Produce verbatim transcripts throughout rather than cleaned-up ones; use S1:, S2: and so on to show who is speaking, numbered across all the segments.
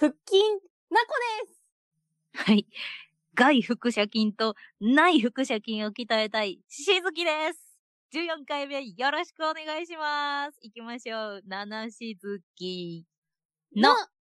S1: 腹筋、なこです。
S2: はい。外腹斜筋と内腹斜筋を鍛えたいしずきです。じゅうよんかいめよろしくお願いします。行きましょう。ななしずきの。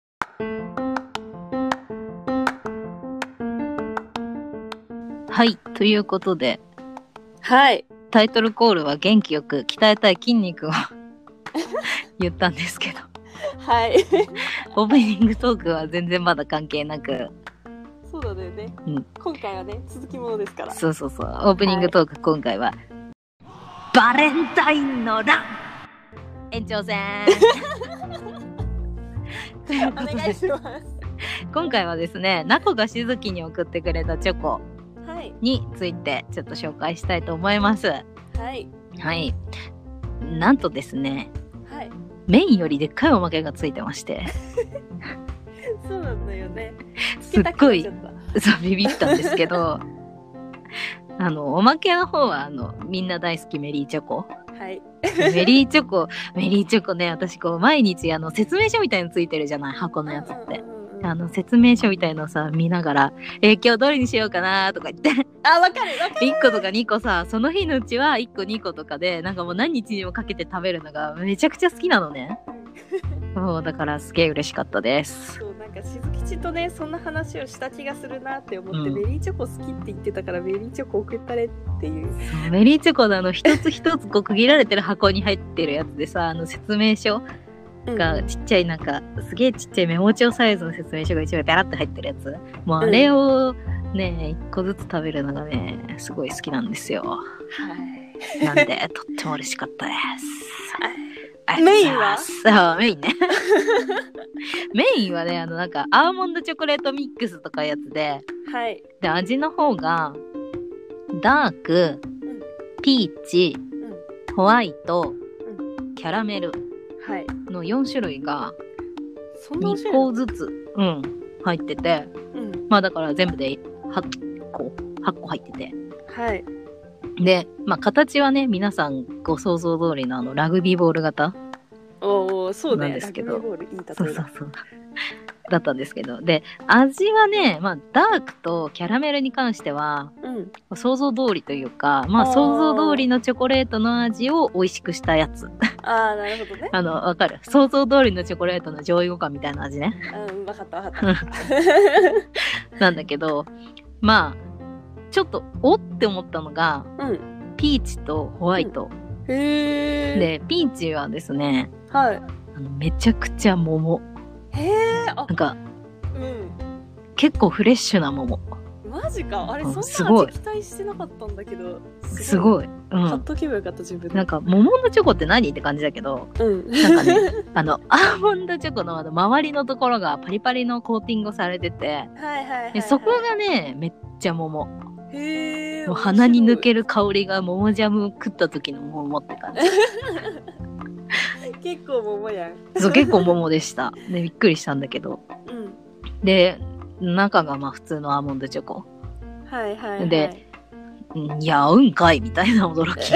S2: はい。ということで。
S1: はい。
S2: タイトルコールは元気よく鍛えたい筋肉を言ったんですけど。
S1: はい。
S2: オープニングトークは全然まだ関係なく。
S1: そうだよね、うん、今回はね続きものですから。
S2: そうそうそう。オープニングトーク、はい、今回はバレンタインの乱延長戦
S1: お願いします。
S2: 今回はですね、なこがしずきに送ってくれたチョコについてちょっと紹介したいと思います。
S1: はい
S2: はい。なんとですね、
S1: はい、
S2: メインよりでっかいおまけがついてまして
S1: そうなんだよね。
S2: すっごいそうビビったんですけどあのおまけの方はあのみんな大好きメリーチョコ、
S1: はい、
S2: メリーチョコメリーチョコね、私こう毎日あの説明書みたいについてるじゃない、箱のやつって、うんうんうん、あの説明書みたいのをさ見ながら、えー、今日どれにしようかなとか言って
S1: あ、わかるわかる、
S2: いっことかにこさ、その日のうちはいっこにことかでなんかもう何日にもかけて食べるのがめちゃくちゃ好きなのねそうだからすげえ嬉しかったです。
S1: そう、なんかしずきちとねそんな話をした気がするなって思って、うん、メリーチョコ好きって言ってたからメリーチョコ送ったれっていう。
S2: そうメリーチョコのあの一つ一つこう区切られてる箱に入ってるやつでさ、あの説明書がちっちゃい、なんかすげえちっちゃいメモ帳サイズの説明書が一枚ペラッと入ってるやつ、もうあれをね一個ずつ食べるのがねすごい好きなんですよ。はい。なんでとっても嬉しかったです。はい。
S1: メインは
S2: そうメインねメインはね、あのなんかアーモンドチョコレートミックスとかやつで、
S1: はい、
S2: で味の方がダーク、うん、ピーチ、うん、ホワイト、うん、キャラメルのよん種類がにこずつ、うん、入ってて、うん、まあだから全部ではっこはっこ入ってて、
S1: はい。
S2: で、まあ形はね皆さんご想像通りのあのラグビーボール型
S1: おそうね、
S2: なんですけど、
S1: ラグビーボールいい例えだ。
S2: そうそうそうだったんですけど、で味はね、まあダークとキャラメルに関しては、うん、想像通りというか、まあ想像通りのチョコレートの味を美味しくしたやつ。
S1: ああ、なるほどね。
S2: あのわかる、想像通りのチョコレートの上位互換みたいな味ね。
S1: うん、わかったわかった
S2: なんだけど、まあちょっとおって思ったのが、うん、ピーチとホワイト、
S1: うん、へー。
S2: でピーチはですね、
S1: はい、
S2: あのめちゃくちゃ桃。
S1: へー。あ、
S2: なんか、
S1: うん、
S2: 結構フレッシュな桃。
S1: マジか。あれ、そんな味期待してなかったんだけど、
S2: すごい、うん、
S1: 買っとけばよかった自分で。
S2: なんか桃のチョコって何って感じだけど、うん、なんかねあのアーモンドチョコのあの周りのところがパリパリのコーティングされてて、はい
S1: はいはいはい、
S2: でそこがねめっちゃ桃。
S1: へー。
S2: もう鼻に抜ける香りが桃ジャム食った時の桃って感じ
S1: 結構桃やん。
S2: そう結構桃でしたでびっくりしたんだけど、うん、で中がまあ普通のアーモンドチョコ、
S1: はいはい、はい、
S2: でいやうんかいみたいな驚き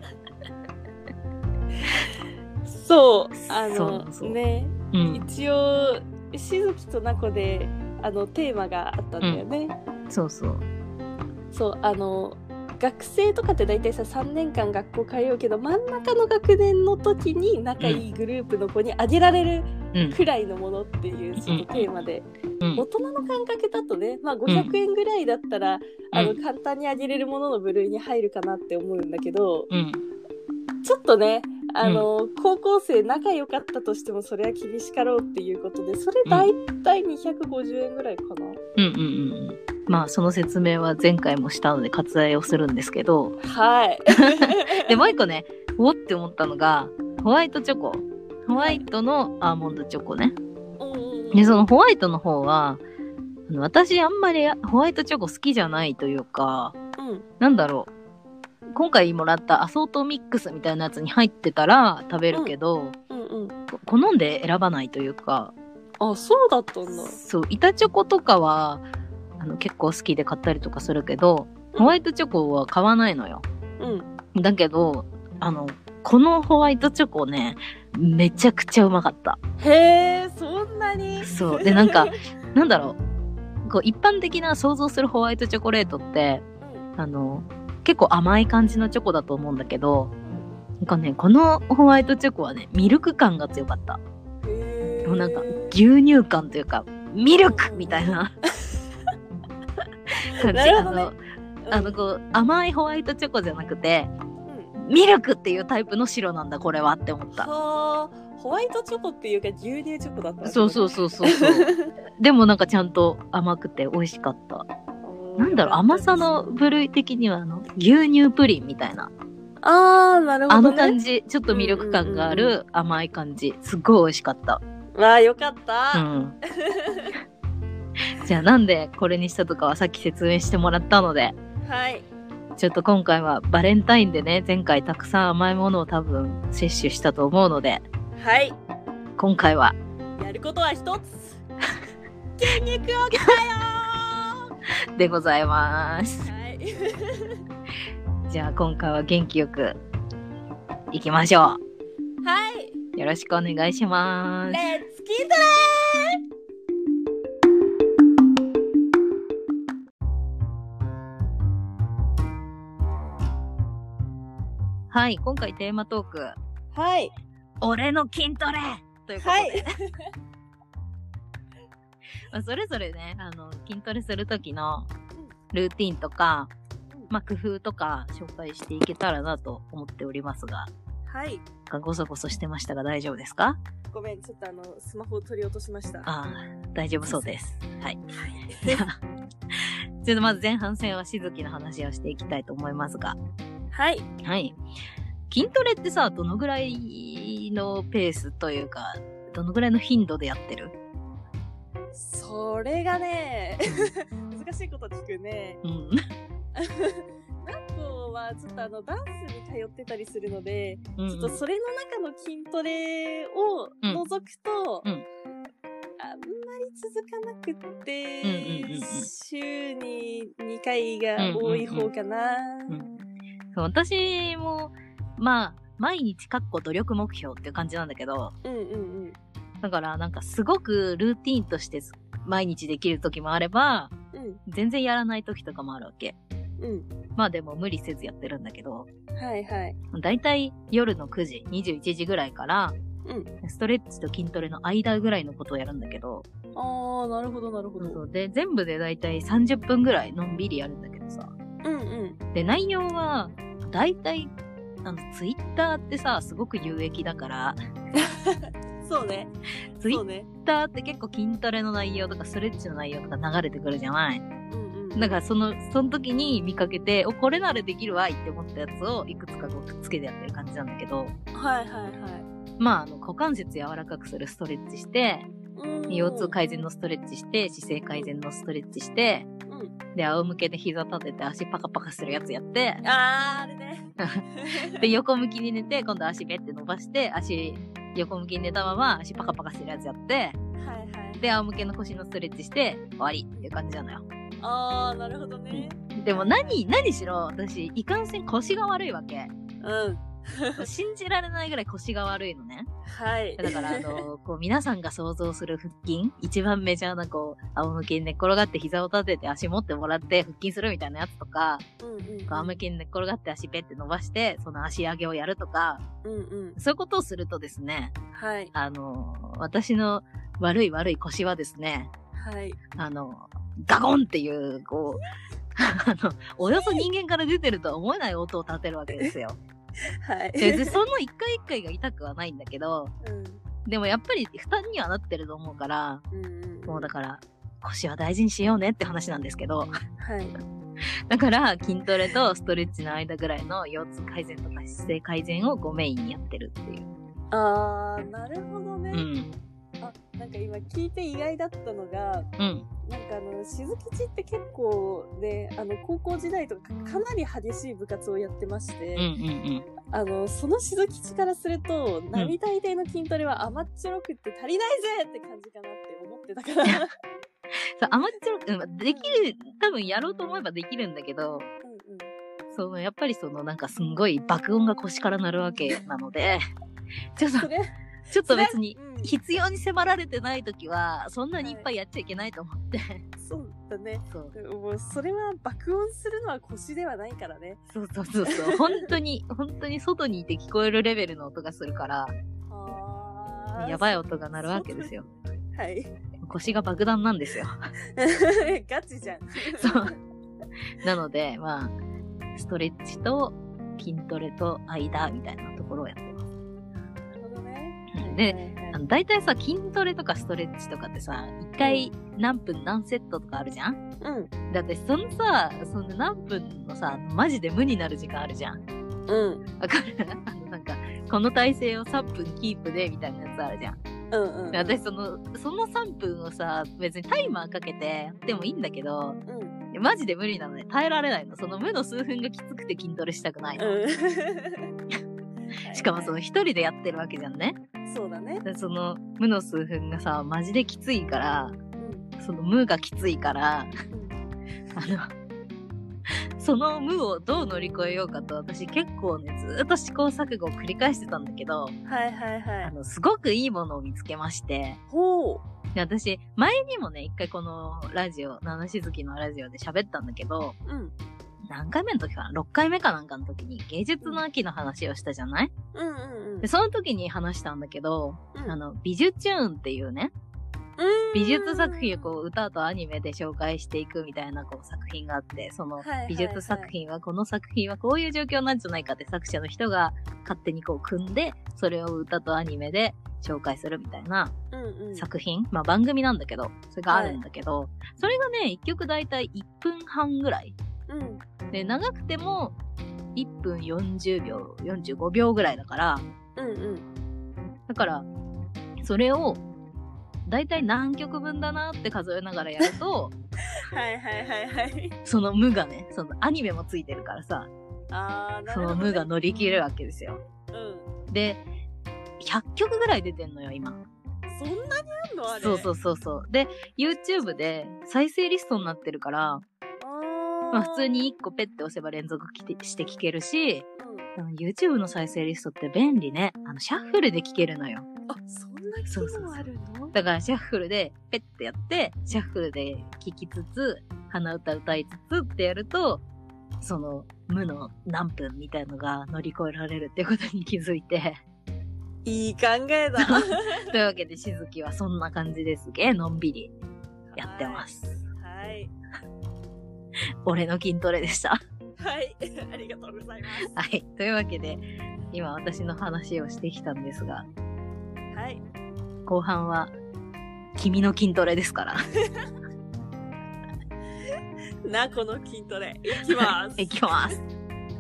S1: そうあの
S2: そうそう
S1: ね、うん、一応しずきとなこであのテーマがあったんだよね、
S2: うん、そうそう
S1: そうあの学生とかって大体ささんねんかん学校通うけど、真ん中の学年の時に仲いいグループの子にあげられるくらいのものっていうそのテーマで、うん、大人の感覚だとね、まあ、ごひゃくえんぐらいだったら、うん、あの簡単にあげれるものの部類に入るかなって思うんだけど、うん、ちょっとねあの、うん、高校生仲良かったとしてもそれは厳しかろうっていうことで、それ大体にひゃくごじゅうえんぐらいかな。
S2: うんうんうん。まあその説明は前回もしたので割愛をするんですけど、
S1: はい
S2: でもう一個ねおって思ったのがホワイトチョコ、ホワイトのアーモンドチョコね、はい、でそのホワイトの方はあの私あんまりホワイトチョコ好きじゃないというか、うん、なんだろう、今回もらったアソートミックスみたいなやつに入ってたら食べるけど、うんうんうん、好んで選ばないというか。
S1: あ、そうだったんだ。
S2: そう、板チョコとかはあの結構好きで買ったりとかするけど、うん、ホワイトチョコは買わないのよ、うん、だけどあのこのホワイトチョコねめちゃくちゃうまかった。
S1: へー、そんなに
S2: そう。で、なんか、なんだろう。こう、一般的な想像するホワイトチョコレートって、うん、あの、結構甘い感じのチョコだと思うんだけど、なんかね、このホワイトチョコはね、ミルク感が強かった。へー。もうなんか、牛乳感というか、ミルクみたいな感じ。なるほどね。あの、うん、あのこう、甘いホワイトチョコじゃなくて、うん、ミルクっていうタイプの白なんだ、これはって思った。
S1: はー。ホワイトチョコっていうか牛乳チョコだった。
S2: そうそうそうそうそうでもなんかちゃんと甘くて美味しかった。なんだろう、甘さの部類的にはあの牛乳プリンみたいな。
S1: あー、なるほど、ね、
S2: あの感じ、ちょっと魅力感がある甘い感じ、すっごい美味しかった。
S1: わあ、よかった。うん。
S2: じゃあなんでこれにしたとかはさっき説明してもらったので。
S1: はい。
S2: ちょっと今回はバレンタインでね、前回たくさん甘いものを多分摂取したと思うので。
S1: はい。
S2: 今回は
S1: やることは一つ筋肉を鍛えよ
S2: うでございます。
S1: はい。
S2: じゃあ今回は元気よくいきましょう。は
S1: い。
S2: よろしくお願いします。
S1: レッツ筋トレ
S2: ー。はい、今回テーマトーク。
S1: はい。
S2: 俺の筋トレということで、はい、まあそれぞれね、あの筋トレする時のルーティンとか、うん、まあ工夫とか紹介していけたらなと思っておりますが、
S1: はい。
S2: ごそごそしてましたが大丈夫ですか？
S1: ごめん、ちょっとあのスマホを取り落としました。
S2: ああ、大丈夫そうです。はい。はい、ちょっとまず前半戦はしずきの話をしていきたいと思いますが、
S1: はい。
S2: はい。筋トレってさ、どのぐらいのペースというか、どのぐらいの頻度でやってる？
S1: それがね、難しいこと聞くね。うん。ナコはちょっとあのダンスに通ってたりするので、うんうん、ちょっとそれの中の筋トレを除くと、うんうん、あんまり続かなくって、うんうんうんうん、週ににかいが多い方かな。うんうんうん、
S2: そう、私もまあ、毎日かっこ努力目標っていう感じなんだけど、うんうんうん。だからなんかすごくルーティーンとして毎日できる時もあれば、うん、全然やらない時とかもあるわけ。うん。まあでも無理せずやってるんだけど、
S1: はいはい。
S2: だいたい夜のくじ、にじゅういちじぐらいから、うん、ストレッチと筋トレの間ぐらいのことをやるんだけど、
S1: あー、なるほどなるほど。
S2: そうで、全部でだいたいさんじゅっぷんぐらいのんびりやるんだけどさ。うんうん。で、内容は、だいたいあのツイッターってさ、すごく有益だから
S1: そうね。
S2: ツイッターって結構筋トレの内容とかストレッチの内容とか流れてくるじゃない。うんうん、だからそのその時に見かけて、お、これならできるわいって思ったやつをいくつかこうくっつけてやってる感じなんだけど、
S1: はいはいはい。
S2: まああの股関節柔らかくするストレッチして、腰痛改善のストレッチして、姿勢改善のストレッチして、うん、で仰向けで膝立てて足パカパカするやつやって、
S1: あーあれね
S2: で横向きに寝て、今度足ベッて伸ばして、足横向きに寝たまま足パカパカするやつやって、はいはい、で仰向けの腰のストレッチして終わりっていう感じなのよ。
S1: あー、なるほどね。
S2: でも何何しろ私いかんせん腰が悪いわけ。うん信じられないぐらい腰が悪いのね。はい。だからあのこう皆さんが想像する腹筋、一番メジャーなこう仰向けに寝っ転がって膝を立てて足持ってもらって腹筋するみたいなやつとか、うんうんうん、仰向けに寝っ転がって足ペッて伸ばしてその足上げをやるとか、うんうん、そういうことをするとですね、はい。あの私の悪い悪い腰はですね、はい。あのガゴンっていうこうあのおよそ人間から出てるとは思えない音を立てるわけですよ。はい。で、その一回一回が痛くはないんだけど、うん、でもやっぱり負担にはなってると思うから、うんうん、もうだから腰は大事にしようねって話なんですけど、はい。だから筋トレとストレッチの間ぐらいの腰痛改善とか姿勢改善をこうメインにやってるっていう。
S1: あー、なるほどね。うん。あ、なんか今聞いて意外だったのが、うん。なんかあの、しずきちって結構ね、あの、高校時代とかかなり激しい部活をやってまして、うんうんうん、あの、そのしずきちからすると、並大抵の筋トレは甘っちょろくって足りないぜって感じかなって思ってたから。そう、
S2: 甘っちょろく、できる、多分やろうと思えばできるんだけど、うんうん、そのやっぱりそのなんかすんごい爆音が腰から鳴るわけなので、ちょっと、 ちょっと別に必要に迫られてない時はそんなにいっぱいやっちゃいけないと思って、はい、
S1: そうだね。そうもうそれは爆音するのは腰ではないからね。
S2: そうそうそうそう本当に本当に外にいて聞こえるレベルの音がするからあやばい音が鳴るわけですよ。
S1: はい。
S2: 腰が爆弾なんですよ。
S1: ガチじゃん。
S2: そう。なのでまあストレッチと筋トレと間みたいなところをやってます。
S1: なるほどね。
S2: で、あの大体さ筋トレとかストレッチとかってさ一回何分何セットとかあるじゃん。うん。だってそのさその何分のさマジで無になる時間あるじゃん。うん。わかる？あのなんかこの体勢をさんぷんキープでみたいなやつあるじゃん。うんうんうん、私そのそのさんぷんをさ別にタイマーかけてやってもいいんだけど、うん、マジで無理なので耐えられないの。その無の数分がきつくて筋トレしたくないの、うん、しかもその一人でやってるわけじゃんね。
S1: そうだね。
S2: その無の数分がさマジできついから、うん、その無がきついから、うん、あのその無をどう乗り越えようかと私結構ねずーっと試行錯誤を繰り返してたんだけど、
S1: はいはいはい。
S2: あのすごくいいものを見つけまして、ほう。で私前にもね一回このラジオ七しずきのラジオで喋ったんだけど、うん。何回目の時かなろっかいめかなんかの時に芸術の秋の話をしたじゃない？うんうんうん。でその時に話したんだけど、うん、あの美術チューンっていうね。美術作品をこう歌とアニメで紹介していくみたいなこう作品があって、その美術作品はこの作品はこういう状況なんじゃないかって作者の人が勝手にこう組んで、それを歌とアニメで紹介するみたいな作品、うんうん、まあ番組なんだけど、それがあるんだけど、はい、それがね、一曲だいたいいっぷんはんぐらい。うん、で、長くてもいっぷんよんじゅうびょう、よんじゅうごびょうぐらいだから、うんうん、だから、それをだいたい何曲分だなって数えながらやると
S1: はいはいはいはい。
S2: その無がね、そのアニメもついてるからさ、あー、なるほどね、その無が乗り切るわけですよ。うん。で、ひゃっきょくぐらい出てんのよ、今。
S1: そんなにあんのあれ？
S2: そうそうそうそう。で、YouTube で再生リストになってるから、あまあ普通にいっこペッて押せば連続して聴けるし、うん、YouTube の再生リストって便利ね。あの、シャッフルで聴けるのよ。
S1: あ、そんな機能あるの？そうそうそう。
S2: だからシャッフルでペッてやって、シャッフルで聴きつつ、鼻歌歌いつつってやると、その無の何分みたいのが乗り越えられるってことに気づいて。
S1: いい考えだ。
S2: というわけで、しずきはそんな感じですげえのんびりやってます。
S1: はい。はい、
S2: 俺の筋トレでした。
S1: はい。ありがとうございます。
S2: はい。というわけで、今私の話をしてきたんですが、
S1: はい。
S2: 後半は、君の筋トレですから。
S1: な、この筋トレ。いきます。
S2: いきます。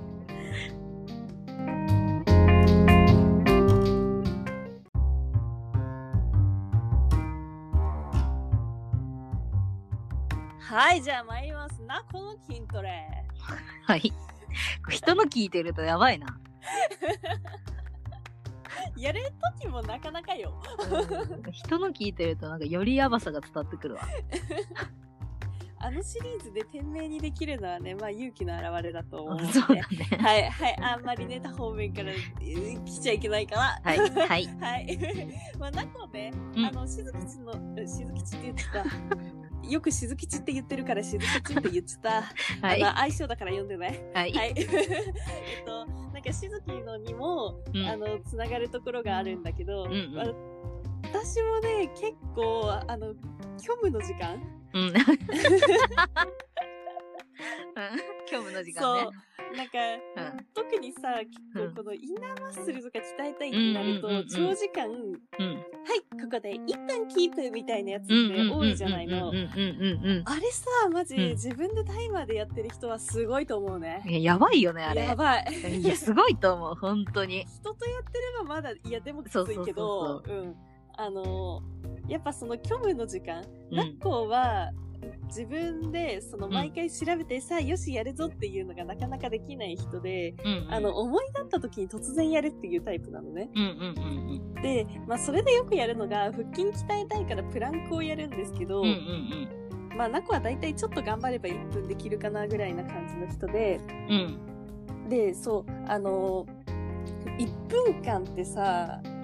S1: はい、じゃあ参りますな、この筋トレ。
S2: はい。人の聞いてるとやばいな。
S1: やるときもなかなかよ。
S2: 人の聞いてるとなんかよりやばさが伝わってくるわ。
S1: あのシリーズで店名にできるのはね、まあ勇気の表れだと思うので、
S2: そうだね。
S1: はいはい、あんまりね他方面から来ちゃいけないかな。
S2: はいはい
S1: はい。まあ中ね、うん、あのしずきちのしずきちって言ってた。よくしずきちって言ってるからしずきちって言ってた。はい。あの相性だから読んでない。はい。はい、えっとなんかしずきのにも、うん、あのつながるところがあるんだけど、うんうん、私もね結構あの虚無の時間。うん。
S2: 虚無の時間ね。
S1: そう。なんか、うん、特にさ、結構このインナーマッスルとか鍛えたいってなると、長時間、うん、はい、ここでいっぷんキープみたいなやつって多いじゃないの。あれさ、マジ、うん、自分でタイマーでやってる人はすごいと思うね。
S2: いや、やばいよね、あれ。
S1: やばい。
S2: いや、すごいと思う、本当に。
S1: 人とやってればまだ、いや、でもきついけど、うん。あのー、やっぱその虚無の時間、ラッコは、自分でその毎回調べて、うん、さあよしやるぞっていうのがなかなかできない人で、うんうん、あの思い立った時に突然やるっていうタイプなのね、うんうんうんうん、で、まあ、それでよくやるのが腹筋鍛えたいからプランクをやるんですけど、うんうんうん、まあナコはだいたいちょっと頑張ればいっぷんできるかなぐらいな感じの人で、うん、でそうあのいっぷんかんってさ、う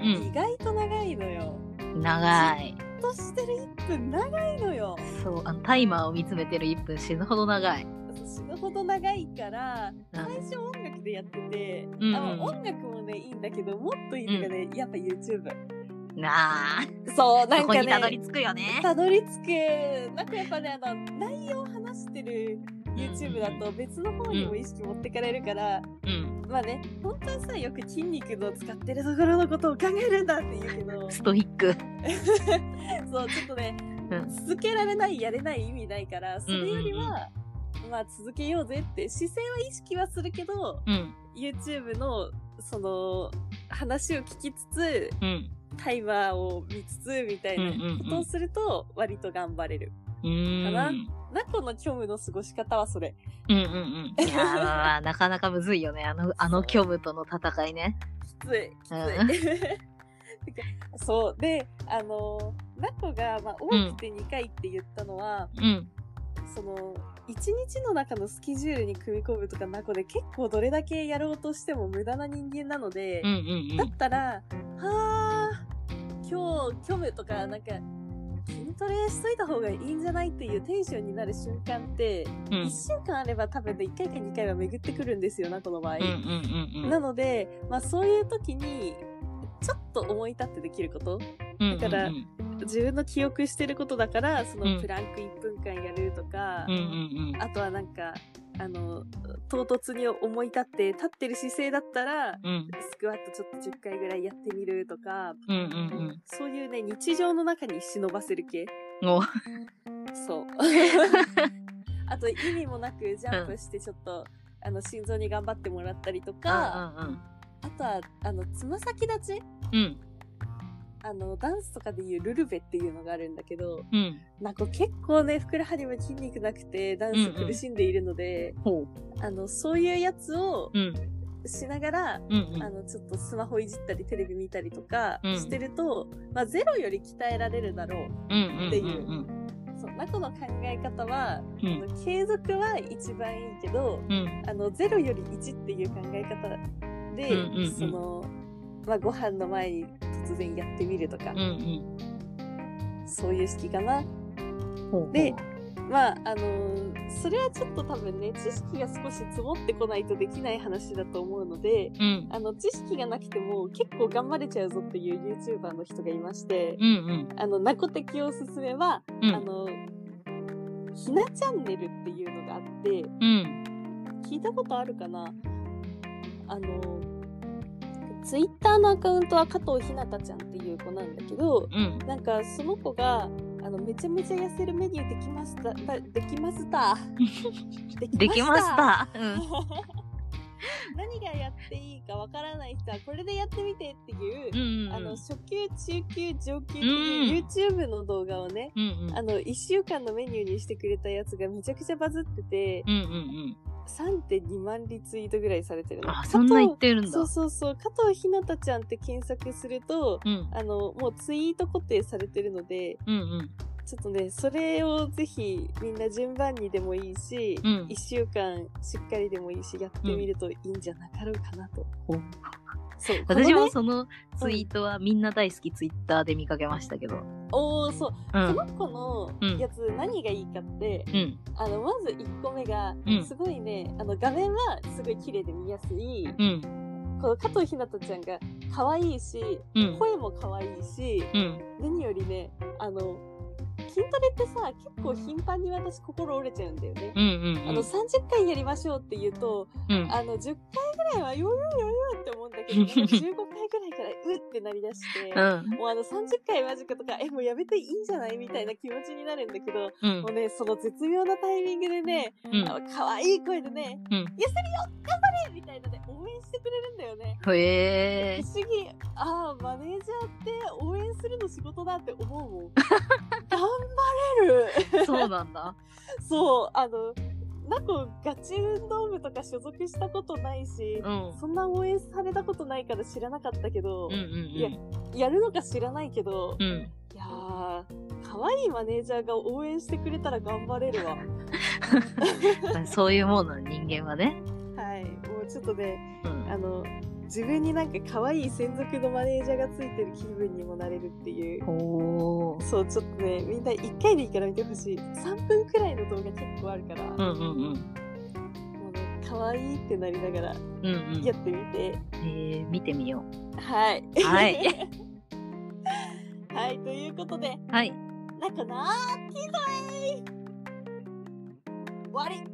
S1: 意外と長いのよ。
S2: 長い。
S1: じっとしてるいっぷん長いのよ。
S2: そう、あのタイマーを見つめてるいっぷん死ぬほど長い。
S1: 死ぬほど長いから、最初音楽でやってて、
S2: うん、
S1: あの音楽もねいいんだけど、もっといいのがね、うん、やっぱ YouTube。
S2: なあ。
S1: そう、なんかね。そこに
S2: たどり着くよね。
S1: たどり着く。なんかやっぱね、あの、内容を話してる YouTube だと別の方にも意識持ってかれるから、うん、まあね、本当はさ、よく筋肉の使ってるところのことを考えるんだって言うけど。
S2: ストイック。
S1: そう、ちょっとね、うん、続けられない、やれない意味ないから、それよりは、うんうんうん、まあ続けようぜって姿勢は意識はするけど、うん、YouTube のその話を聞きつつ、うん、タイマーを見つつみたいなことをすると割と頑張れるかな。ナコの虚無の過ごし方はそれ。
S2: うんうんうん。いやー、まあ、なかなかむずいよね。あの、あの虚無との戦いね。
S1: きつい。きつい。そう。で、あの、ナコが、まあ、多くてにかいって言ったのは、うん、その、一日の中のスケジュールに組み込むとかナコで結構どれだけやろうとしても無駄な人間なので、うんうんうん、だったら、はぁ、今日虚無とか、なんか、筋トレしといた方がいいんじゃないっていうテンションになる瞬間って、うん、いっしゅうかんあれば多分いっかいかにかいは巡ってくるんですよな、この場合。うんうんうんうん、なので、まあそういう時に、ちょっと思い立ってできること。だから、うんうんうん、自分の記憶してることだから、そのプランクいっぷんかんやるとか、うんうんうん、あとはなんか、あの、唐突に思い立って、立ってる姿勢だったら、うん、スクワットちょっとじゅっかいぐらいやってみるとか、うんうんうん、そういうね、日常の中に忍ばせる系。そう。あと、意味もなくジャンプしてちょっと、うん、あの、心臓に頑張ってもらったりとか、うんうんうん、あとは、あの、つま先立ち、うん、あの、ダンスとかでいうルルベっていうのがあるんだけど、うん、なんか結構ね、ふくらはぎも筋肉なくて、ダンス苦しんでいるので、うんうん、あの、そういうやつをしながら、うんうん、あの、ちょっとスマホいじったりテレビ見たりとかしてると、うん、まあ、ゼロより鍛えられるだろうっていう、うんうんうんうん、そう、ナコの考え方は、うん、あの継続は一番いいけど、うん、あの、ゼロよりいちっていう考え方で、うんうんうん、その、まあ、ご飯の前に突然やってみるとか、うんうん、そういう式かな。ほうほう。で、まあ、あのー、それはちょっと多分ね、知識が少し積もってこないとできない話だと思うので、うん、あの、知識がなくても結構頑張れちゃうぞっていう YouTuber の人がいまして、うんうん、あの、ナコ的おすすめは、うん、あの、ひなチャンネルっていうのがあって、うん、聞いたことあるかな？あの、ツイッターのアカウントは加藤ひなたちゃんっていう子なんだけど、うん、なんかその子が、あの、めちゃめちゃ痩せるメニューできました、できました。
S2: できました。うん、
S1: 何がやっていいかわからない人はこれでやってみてっていう、うんうん、あの、初級、中級、上級っていう YouTube の動画をね、うんうん、あの、いっしゅうかんのメニューにしてくれたやつがめちゃくちゃバズってて、うんうんうん、さんてんにまんリツイートぐらいされてるの。
S2: あ、そんな言ってるんだ。
S1: そうそうそう。加藤ひなたちゃんって検索すると、うん、あの、もうツイート固定されてるので、うんうん、ちょっとね、それをぜひみんな順番にでもいいし、うん、いっしゅうかんしっかりでもいいし、やってみるといいんじゃなかろうかなと。うん、
S2: そう。私もそのツイートはみんな大好きツイッターで見かけましたけど。
S1: おー、そう。うん、この子のやつ何がいいかって、うん、あの、まずいっこめが、すごいね、うん、あの、画面はすごい綺麗で見やすい。うん、この加藤ひなたちゃんが可愛いし、うん、声も可愛いし、うん、何よりね、あの、筋トレってさ、結構頻繁に私心折れちゃうんだよね。うんうんうん、あの、さんじゅっかいやりましょうって言うと、うん、あの、じゅっかいぐらいは余裕余裕って思うんだけど、じゅうごかいぐらいからうってなりだして、うん、もうあのさんじゅっかいマジかとか、え、もうやめていいんじゃないみたいな気持ちになるんだけど、うん、もうね、その絶妙なタイミングでね、うん、あの可愛い声でね、うん、痩せるよ頑張れみたいなね、応援してくれるんだよね。
S2: へー。
S1: 不思議。ああ、マネージャーって応援するの仕事だって思うもん。頑張れる
S2: そうなんだ。
S1: そう、あの、なんかガチ運動部とか所属したことないし、うん、そんな応援されたことないから知らなかったけど、うんうんうん、いや、やるのか知らないけど、うん、いやー、可愛いマネージャーが応援してくれたら頑張れるわ。
S2: そういうものの人間はね。
S1: はい、もうちょっとね、うん、あの、 自分になんか可愛い専属のマネージャーがついてる気分にもなれるっていう。おそう、ちょっとね、みんないっかいでいいから見てほしい。さんぷんくらいの動画結構あるから。うんうんうん。もうね、可愛いってなりながらやってみて。
S2: うんうん、えー、見てみよ
S1: う。はい。
S2: はい。
S1: はい、ということで。
S2: はい。
S1: なかなーきぞい終わり。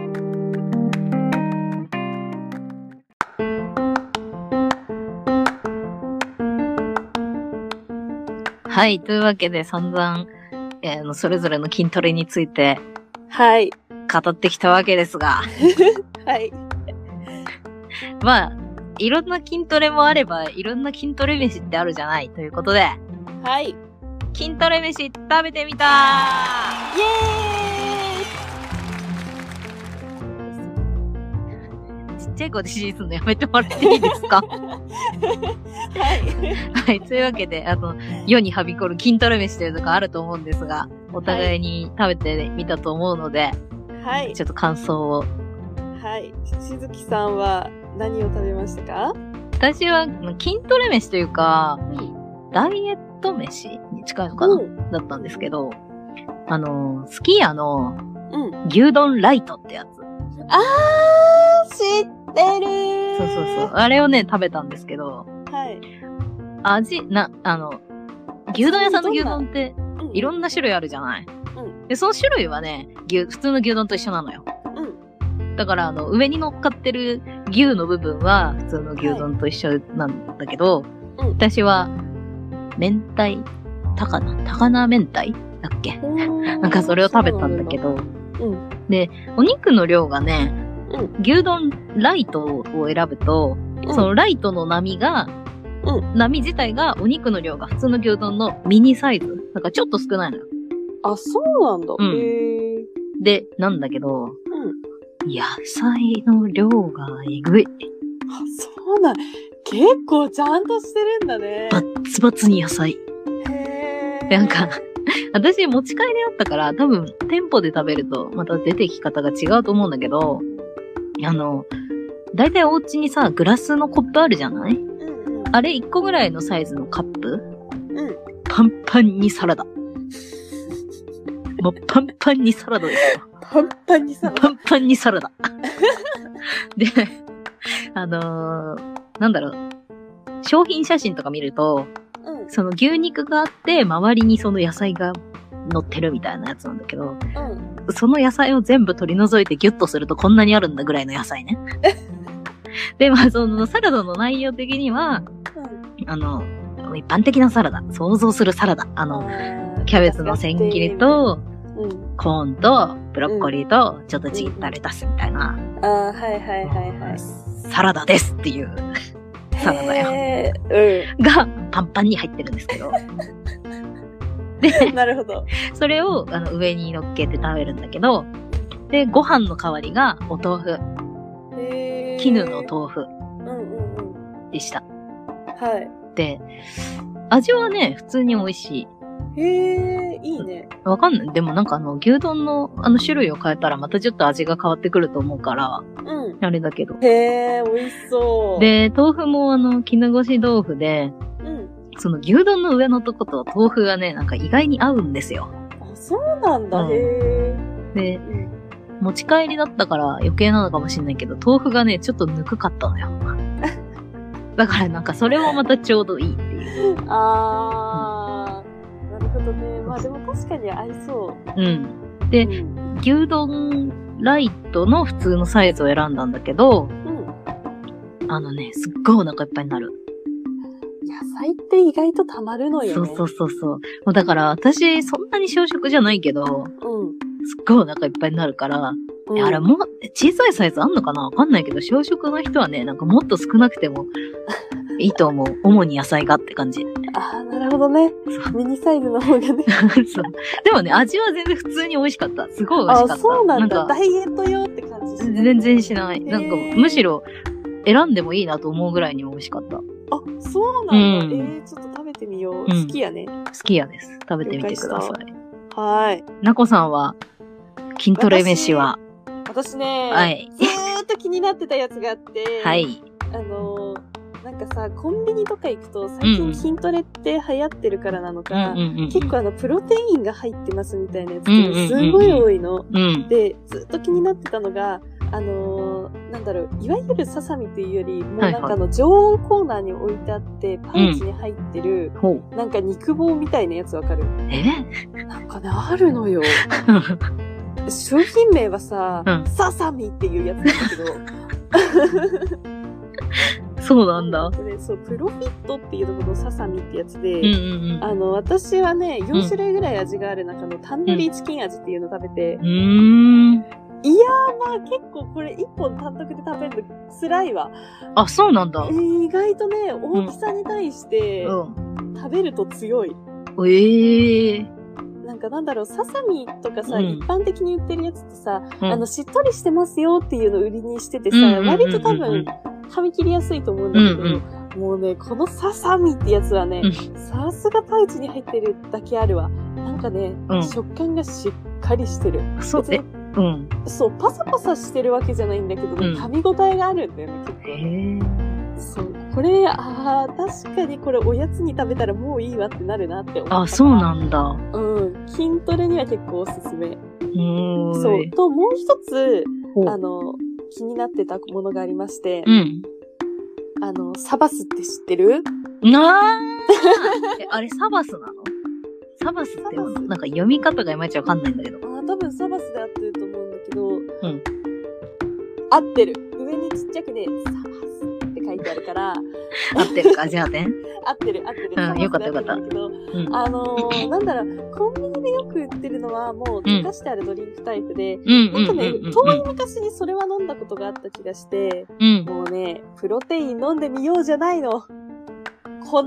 S2: はい。というわけで散々、えー、それぞれの筋トレについて、
S1: はい。
S2: 語ってきたわけですが。
S1: はい。
S2: まあ、いろんな筋トレもあれば、いろんな筋トレ飯ってあるじゃないということで。
S1: はい。
S2: 筋トレ飯食べてみた
S1: ーイエ
S2: ーイちっちゃい子で指示するのやめてもらっていいですかはい。はい。というわけで、あの、世にはびこる筋トレ飯というのがあると思うんですが、お互いに食べてみたと思うので、
S1: はい。
S2: ちょっと感想を。
S1: はい。しずきさんは何を食べましたか？
S2: 私は筋トレ飯というか、うん、ダイエット飯に近いのかな、うん、だったんですけど、あの、すき家の牛丼ライトってやつ。うん、
S1: あー、知ってる。
S2: そうそうそう。あれをね、食べたんですけど、
S1: はい。
S2: 味、な、あの、牛丼屋さんの牛丼って、いろんな種類あるじゃない、うん、で、その種類はね、牛、普通の牛丼と一緒なのよ。うん。だから、あの、上に乗っかってる牛の部分は、普通の牛丼と一緒なんだけど、はい、私は、明太、高菜高菜明太だっけなんかそれを食べたんだけど、うん、で、お肉の量がね、うん、牛丼ライトを選ぶと、うん、そのライトの波が、うん、波自体がお肉の量が普通の牛丼のミニサイズ。だからちょっと少ないのよ。
S1: あ、そうなんだ。うん、へー。
S2: で、なんだけど、うん、野菜の量がえぐい。
S1: あ、そうなん。結構ちゃんとしてるんだね。
S2: バッツバツに野菜。
S1: へー。
S2: なんか、私持ち帰りだったから、多分店舗で食べるとまた出てき方が違うと思うんだけど、あの、だいたいお家にさ、グラスのコップあるじゃない？うんうん、あれいっこぐらいのサイズのカップ？うん。パンパンにサラダ。もうパンパンにサラダですよ。
S1: パンパンにサラダ。
S2: パンパンにサラダ。で、あのー、なんだろう。商品写真とか見ると、うん、その牛肉があって、周りにその野菜が乗ってるみたいなやつなんだけど、うん、その野菜を全部取り除いてギュッとするとこんなにあるんだぐらいの野菜ね。で、まあそのサラダの内容的には、うん、あの、一般的なサラダ、想像するサラダ。あの、キャベツの千切りと、うん、コーンと、ブロッコリーと、ちょっとちぎったレタスみたいな。
S1: ああ、はいはいはいはい。
S2: サラダですっていうサラダよ。うん、が、パンパンに入ってるんですけど。
S1: で、なるほど。
S2: それをあの上に乗っけて食べるんだけど、で、ご飯の代わりがお豆腐。へー。絹の豆腐。うんうんうん。でした。
S1: はい。
S2: で、味はね、普通に美味しい。
S1: へー、いいね。
S2: わかんない。でもなんかあの、牛丼のあの種類を変えたらまたちょっと味が変わってくると思うから、うん。あれだけど。
S1: へー、美味しそう。
S2: で、豆腐もあの、絹ごし豆腐で、うん。その牛丼の上のとこと豆腐がね、なんか意外に合うんですよ。
S1: あ、そうなんだ、うん、へ
S2: ー。で、うん、持ち帰りだったから余計なのかもしれないけど、豆腐がね、ちょっとぬくかったのよ。だからなんかそれもまたちょうどいいっていう。
S1: あー、なるほどね。まあでも確かに合いそう。
S2: うん。で、うん、牛丼ライトの普通のサイズを選んだんだけど、うん、あのね、すっごいお腹いっぱいになる。
S1: 野菜って意外と溜まるのよね。
S2: そうそうそうそう。もうだから私そんなに小食じゃないけど、うん、すっごいお腹いっぱいになるから、うん、あれもう小さいサイズあんのかなわかんないけど、小食の人はね、なんかもっと少なくてもいいと思う。主に野菜がって感じ。
S1: ああ、なるほどね。ミニサイズの方がね。
S2: そう。でもね、味は全然普通に美味しかった。すごい美味しかった。
S1: あ、そうなんだ。なんかダイエット用って感じしない？
S2: 全然しない。なんかむしろ選んでもいいなと思うぐらいに美味しかった。
S1: あ、そうなんだ。うん、えー、ちょっと食べてみよう。うん、好きやね。
S2: 好きやです。食べてみてください。
S1: はい。
S2: なこさんは、筋トレ飯は
S1: 私ね、
S2: はい、
S1: ずーっと気になってたやつがあって、
S2: はい。
S1: あの、 なんかさ、コンビニとか行くと、最近筋トレって流行ってるからなのか、うんうんうん、結構あの、プロテインが入ってますみたいなやつってすごい多いの。うんうんうん、で、ずっと気になってたのが、あのー、なんだろう、いわゆるささみっていうより、もうなんかあの、常温コーナーに置いてあって、パウチに入ってる、うん、なんか肉棒みたいなやつわかる？
S2: え？
S1: なんかね、あるのよ。商品名はさ、うん、ささみっていうやつなんだけど、
S2: そうなんだ。
S1: そう、プロフィットっていうところのささみってやつで、うんうんうん、あの、私はね、よん種類ぐらい味がある中のタンドリーチキン味っていうのを食べて、うん、いやーまあ結構これ一本単独で食べるの辛いわ。
S2: あ、そうなんだ。
S1: えー、意外とね、大きさに対して、食べると強い。
S2: うん、ええー。
S1: なんかなんだろう、ささみとかさ、うん、一般的に売ってるやつってさ、うん、あの、しっとりしてますよっていうのを売りにしててさ、うんうんうんうん、割と多分、噛み切りやすいと思うんだけど、うんうん、もうね、このささみってやつはね、さすがパウチに入ってるだけあるわ。なんかね、うん、食感がしっかりしてる。
S2: そうね。うん。
S1: そう、パサパサしてるわけじゃないんだけどね、うん、噛み応えがあるんだよね、結構。へー。そう。これ、ああ、確かにこれおやつに食べたらもういいわってなるなって思った。
S2: あ、そうなんだ。
S1: うん。筋トレには結構おすすめ。うん。そう。と、もう一つ、あの、気になってたものがありまして、うん。あの、サバスって知ってる？
S2: なーえ、あれサバスなの？サバスってなんか読み方がいまいちわかんないんだけど。
S1: あ、多分サバスで合ってると思うんだけど、うん。合ってる。上にちっちゃくね、サバスって書いてあるから。
S2: 合ってるか、じゃあね。
S1: 合ってる、合ってる。
S2: うん、よかったよかった。
S1: うん、あのー、なんだろう、コンビニでよく売ってるのはもう溶かしてあるドリンクタイプで、うん、なんかね、遠い昔にそれは飲んだことがあった気がして、うん、もうね、プロテイン飲んでみようじゃないの。粉。粉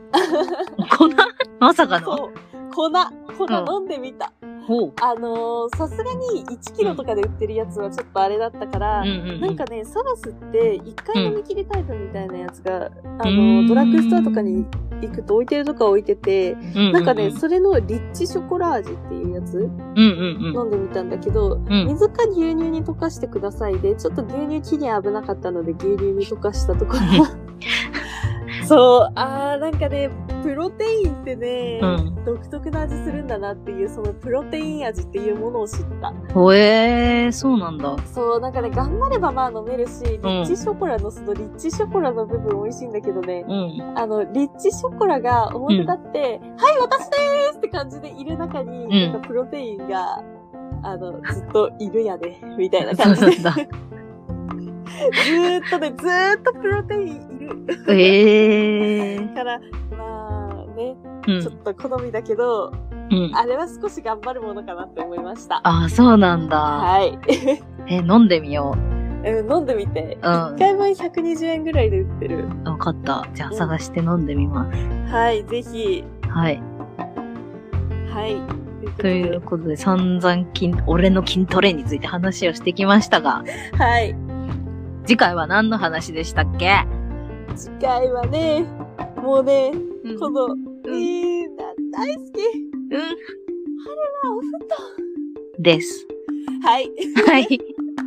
S2: まさかの？
S1: そう。粉。粉飲んでみた。うん、あのー、さすがにいちキロとかで売ってるやつはちょっとあれだったから、うんうんうん、なんかね、サバスっていっかい飲み切りタイプみたいなやつが、うん、あのー、ドラッグストアとかに行くと置いてるとか置いてて、うんうんうん、なんかね、それのリッチショコラ味っていうやつ、うんうんうん、飲んでみたんだけど、うん、水か牛乳に溶かしてくださいで、ちょっと牛乳期限危なかったので牛乳に溶かしたところそう、あーなんかね、プロテインってね、うん、独特な味するんだなっていう、そのプロテイン味っていうものを知った。
S2: ほえー、そうなんだ。
S1: そう、なんかね、頑張ればまあ飲めるし、リッチショコラのそのリッチショコラの部分美味しいんだけどね、うん、あの、リッチショコラが表立って、うん、はい、私でーすって感じでいる中に、うん、なんかプロテインが、あの、ずっといるやで、みたいな感じで。ずーっとね、ずーっとプロテインいる。えー。から、まあね、うん、ちょっと好みだけど、うん、あれは少し頑張るものかなって思いました。
S2: ああ、そうなんだ。
S1: はい。
S2: え、飲んでみよ
S1: う。うん、飲んでみて。うん。いっかいぶんひゃくにじゅうえんぐらいで売ってる。
S2: わかった。じゃあ探して飲んでみます。うん、
S1: はい、ぜひ。
S2: はい。
S1: はい。
S2: ということで、散々筋、俺の筋トレについて話をしてきましたが。
S1: はい。
S2: 次回は何の話でしたっけ？
S1: 次回はね、もうね、うん、この、うん、えー、大好き。うん。春はお布団。
S2: です。
S1: はい。
S2: はい。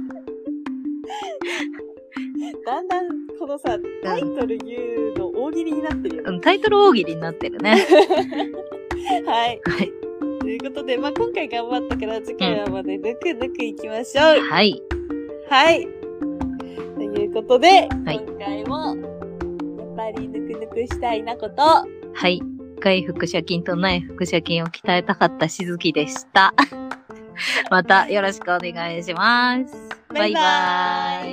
S1: だんだん、このさ、タイトル言うの大喜利になってるよね。
S2: うん、タイトル大喜利になってるね。
S1: はい。はい。ということで、まあ、今回頑張ったから次回はまでぬくぬくいきましょう。
S2: はい。
S1: はい。ということで、はい、今回も、やっぱりぬくぬくしたいなこと。
S2: はい。深い腹斜筋とない腹斜筋を鍛えたかったしずきでした。またよろしくお願いします。
S1: バイバーイ。